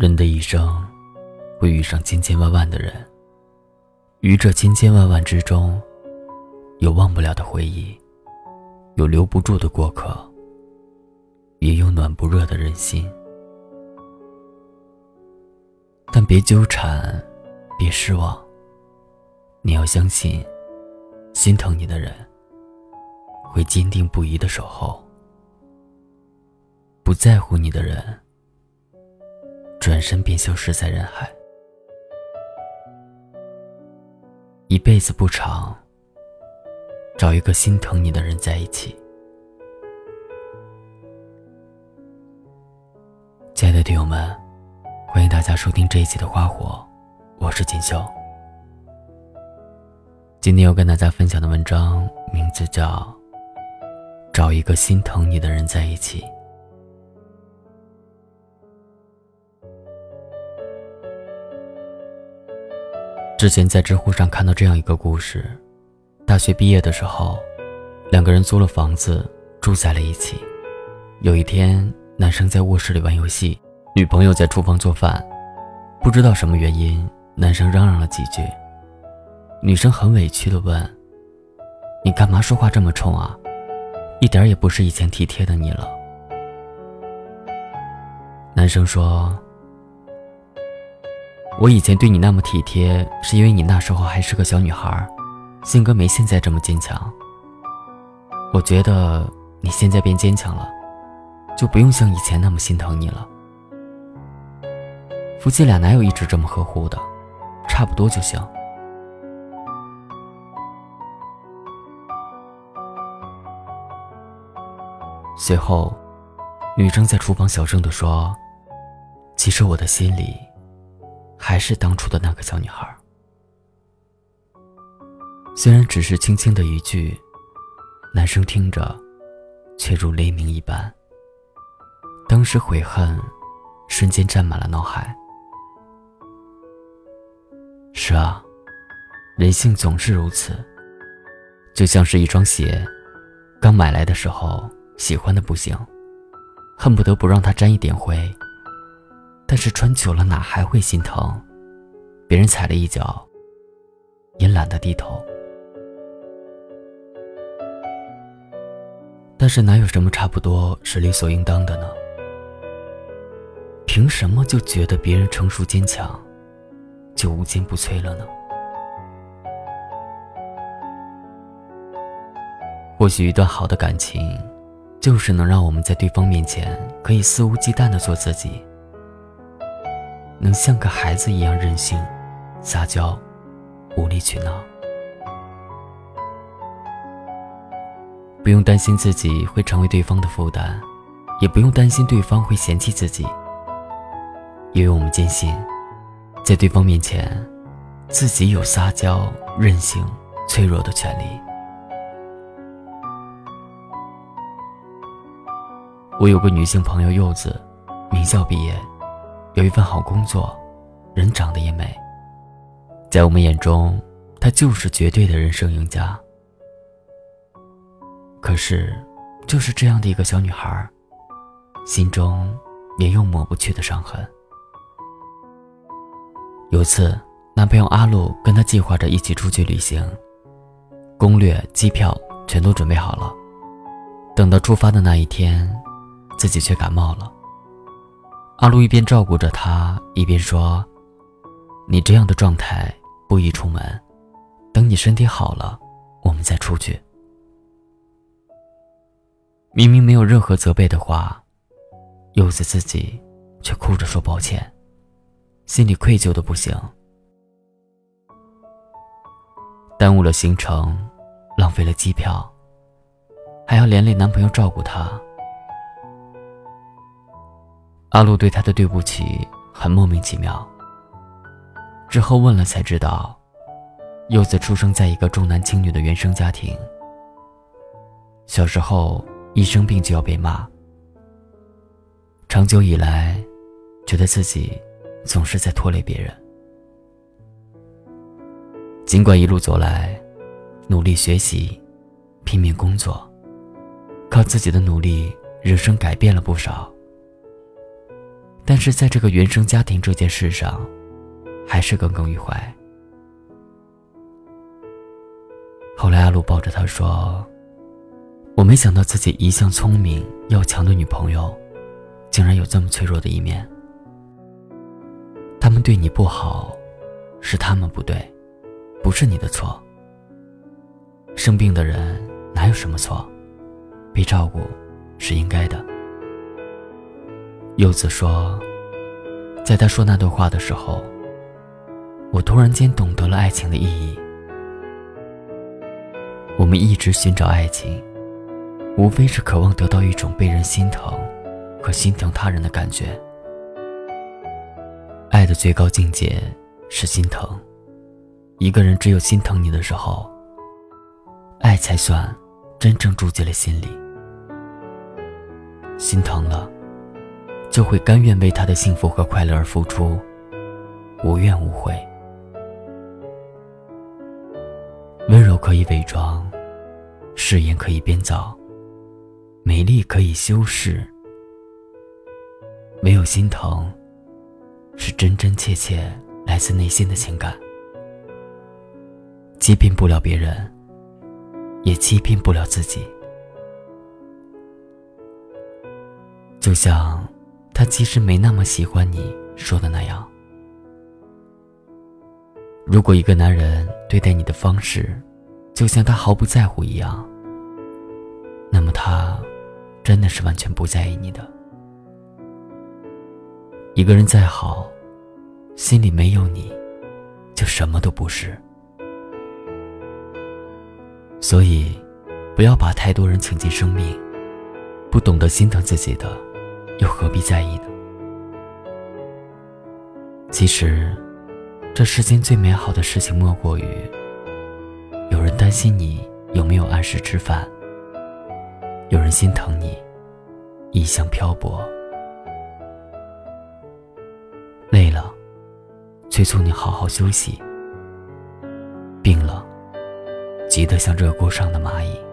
人的一生会遇上千千万万的人，于这千千万万之中，有忘不了的回忆，有留不住的过客，也有暖不热的人心。但别纠缠，别失望，你要相信，心疼你的人会坚定不移地守候，不在乎你的人转身便消失在人海。一辈子不长，找一个心疼你的人在一起。亲爱的听友们，欢迎大家收听这一期的花火，我是锦绣。今天要跟大家分享的文章名字叫找一个心疼你的人在一起。之前在知乎上看到这样一个故事，大学毕业的时候，两个人租了房子住在了一起。有一天，男生在卧室里玩游戏，女朋友在厨房做饭，不知道什么原因，男生嚷嚷了几句，女生很委屈地问：你干嘛说话这么冲啊？一点也不是以前体贴的你了。男生说：我以前对你那么体贴，是因为你那时候还是个小女孩，性格没现在这么坚强。我觉得你现在变坚强了，就不用像以前那么心疼你了。夫妻俩哪有一直这么呵护的，差不多就行。随后，女生在厨房小声地说：其实我的心里还是当初的那个小女孩。虽然只是轻轻的一句，男生听着却如雷鸣一般，当时悔恨瞬间占满了脑海。是啊，人性总是如此，就像是一双鞋，刚买来的时候喜欢的不行，恨不得不让它沾一点灰，但是穿久了哪还会心疼？别人踩了一脚，也懒得低头。但是哪有什么差不多是理所应当的呢？凭什么就觉得别人成熟坚强，就无坚不摧了呢？或许一段好的感情，就是能让我们在对方面前可以肆无忌惮地做自己，能像个孩子一样任性、撒娇、无理取闹，不用担心自己会成为对方的负担，也不用担心对方会嫌弃自己，因为我们坚信，在对方面前，自己有撒娇、任性、脆弱的权利。我有个女性朋友柚子，名校毕业，有一份好工作，人长得也美，在我们眼中，她就是绝对的人生赢家。可是，就是这样的一个小女孩，心中也有抹不去的伤痕。有次，男朋友阿路跟她计划着一起出去旅行，攻略、机票全都准备好了。等到出发的那一天，自己却感冒了。阿路一边照顾着她，一边说：你这样的状态不宜出门，等你身体好了，我们再出去。明明没有任何责备的话，柚子自己却哭着说抱歉，心里愧疚的不行。耽误了行程，浪费了机票，还要连累男朋友照顾她。阿路对她的对不起很莫名其妙，之后问了才知道，柚子出生在一个重男轻女的原生家庭，小时候一生病就要被骂，长久以来觉得自己总是在拖累别人。尽管一路走来，努力学习，拼命工作，靠自己的努力，人生改变了不少， 但是在这个原生家庭这件事上，还是耿耿于怀。后来阿路抱着他说，我没想到自己一向聪明要强的女朋友，竟然有这么脆弱的一面。他们对你不好，是他们不对，不是你的错。生病的人哪有什么错，被照顾是应该的。柚子说，在他说那段话的时候，我突然间懂得了爱情的意义。我们一直寻找爱情，无非是渴望得到一种被人心疼和心疼他人的感觉。爱的最高境界是心疼，一个人只有心疼你的时候，爱才算真正住进了心里。心疼了，就会甘愿为他的幸福和快乐而付出，无怨无悔。温柔可以伪装，誓言可以编造，美丽可以修饰，唯有心疼是真真切切来自内心的情感，欺骗不了别人，也欺骗不了自己。就像他其实没那么喜欢你说的那样，如果一个男人对待你的方式就像他毫不在乎一样，那么他真的是完全不在意你的。一个人再好，心里没有你，就什么都不是。所以不要把太多人请进生命，不懂得心疼自己的，又何必在意呢？其实这世间最美好的事情莫过于有人担心你有没有按时吃饭，有人心疼你异乡漂泊，累了催促你好好休息，病了急得像热锅上的蚂蚁。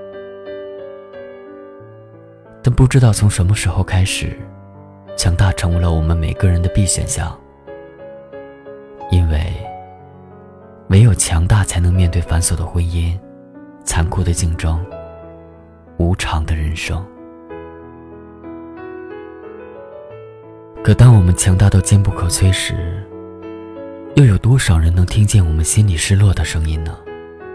但不知道从什么时候开始，强大成为了我们每个人的必选项。因为唯有强大才能面对繁琐的婚姻、残酷的竞争、无常的人生。可当我们强大到坚不可摧时，又有多少人能听见我们心里失落的声音呢？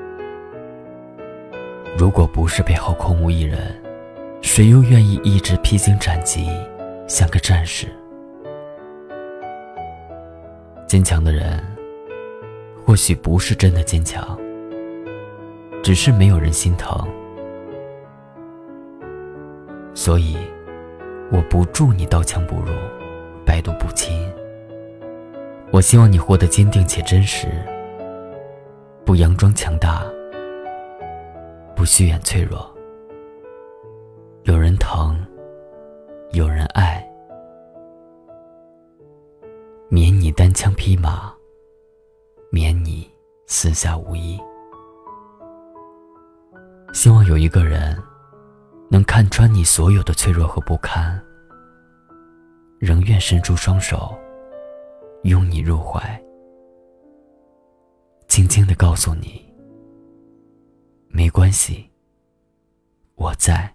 如果不是背后空无一人，谁又愿意一直披荆斩棘，像个战士？坚强的人或许不是真的坚强，只是没有人心疼。所以我不祝你刀枪不入，百毒不侵。我希望你活得坚定且真实，不佯装强大，不虚掩脆弱。有人疼，有人爱，免你单枪匹马，免你四下无依。希望有一个人能看穿你所有的脆弱和不堪，仍愿伸出双手拥你入怀，轻轻地告诉你，没关系，我在。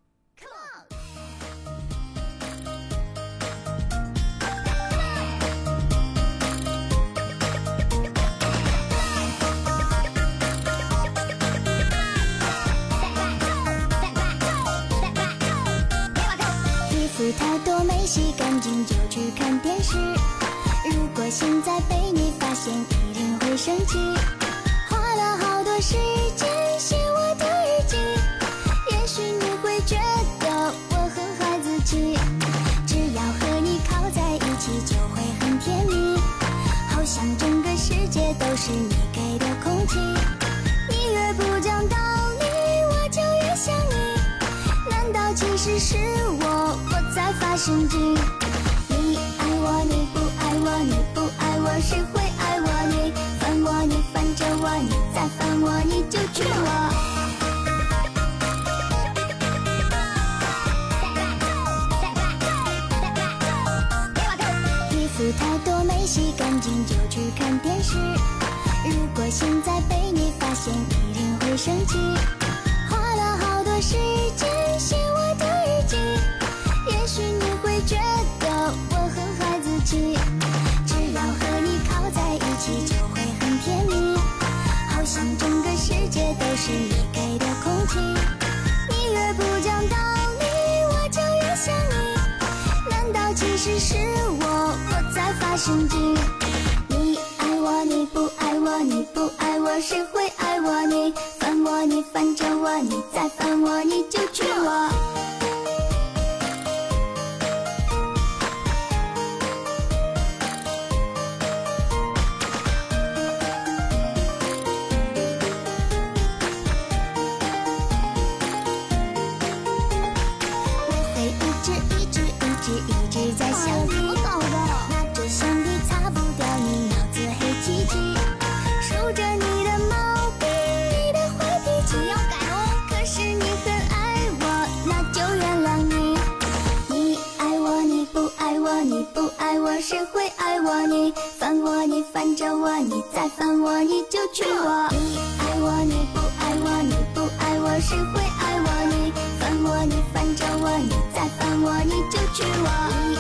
太多没洗干净就去看电视，如果现在被你发现一定会生气。花了好多时间写我的日记，也许你会觉得我很孩子气，只要和你靠在一起就会很甜蜜，好像整个世界都是你给的空气。你越不讲道理我就越想你，难道其实是我在发神经？你爱我你不爱我，你不爱我谁会爱我？你烦我你烦着我，你再烦我你就娶我。 生气。花了好多时间写我的日记，也许你会觉得我很孩子气，只要和你靠在一起就会很甜蜜，好像整个世界都是你给的空气。你越不讲道理，我就越想你，难道其实是我在发神经？你爱我你不爱我，你不爱我谁会爱我？你烦我你烦着我，你再烦我你就娶我。一直在想你，拿着橡皮擦不掉你脑子黑漆漆，数着你的毛病，你的坏脾气要改哦。可是你很爱我，那就原谅你。你爱我你不爱我，你不爱我谁会爱我？你烦我你烦着我，你再烦我你就娶我。你爱我你不爱我，你不爱我谁会爱我？你烦我你烦着我，你再烦我你就娶我。